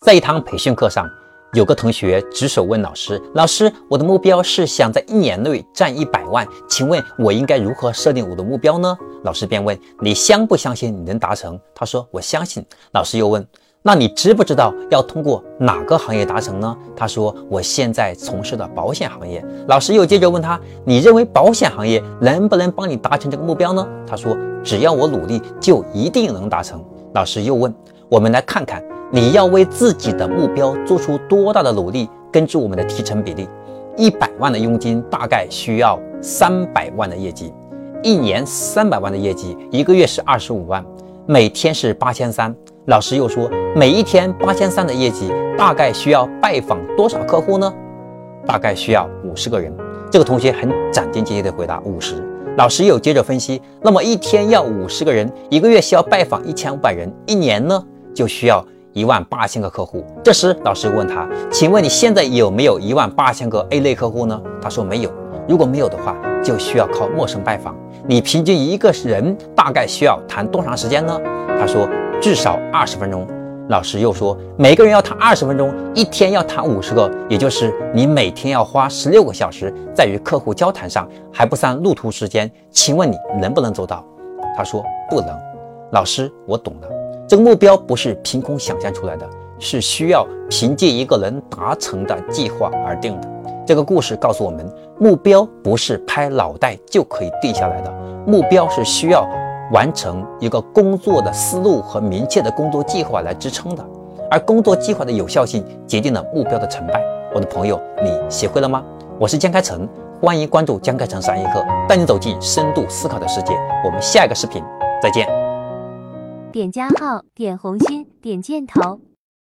在一堂培训课上，有个同学举手问老师：“老师，我的目标是想在1年内赚100万，请问我应该如何设定我的目标呢？”老师便问：“你相不相信你能达成？”他说：“我相信。”老师又问：“那你知不知道要通过哪个行业达成呢？”他说：“我现在从事的保险行业。”老师又接着问他：“你认为保险行业能不能帮你达成这个目标呢？”他说：“只要我努力，就一定能达成。”老师又问：“我们来看看你要为自己的目标做出多大的努力？根据我们的提成比例，100万的佣金大概需要300万的业绩，1年300万的业绩，1个月是25万，每天是8300。老师又说，每一天8300的业绩，大概需要拜访多少客户呢？大概需要50个人。这个同学很斩钉截铁地回答50。老师又接着分析，那么一天要50个人，1个月需要拜访1500人，1年呢就需要18000个客户。这时老师问他：“请问你现在有没有18000个 A 类客户呢？”他说没有。如果没有的话，就需要靠陌生拜访。你平均一个人大概需要谈多长时间呢？他说至少20分钟。老师又说，每个人要谈20分钟，一天要谈50个，也就是你每天要花16个小时在与客户交谈上，还不算路途时间。请问你能不能做到？他说不能。老师，我懂了。这个目标不是凭空想象出来的，是需要凭借一个能达成的计划而定的。这个故事告诉我们，目标不是拍脑袋就可以定下来的，目标是需要完成一个工作的思路和明确的工作计划来支撑的，而工作计划的有效性决定了目标的成败。我的朋友，你学会了吗？我是江开成，欢迎关注江开成商业课，带你走进深度思考的世界。我们下一个视频再见。 点加号，点红心，点箭头。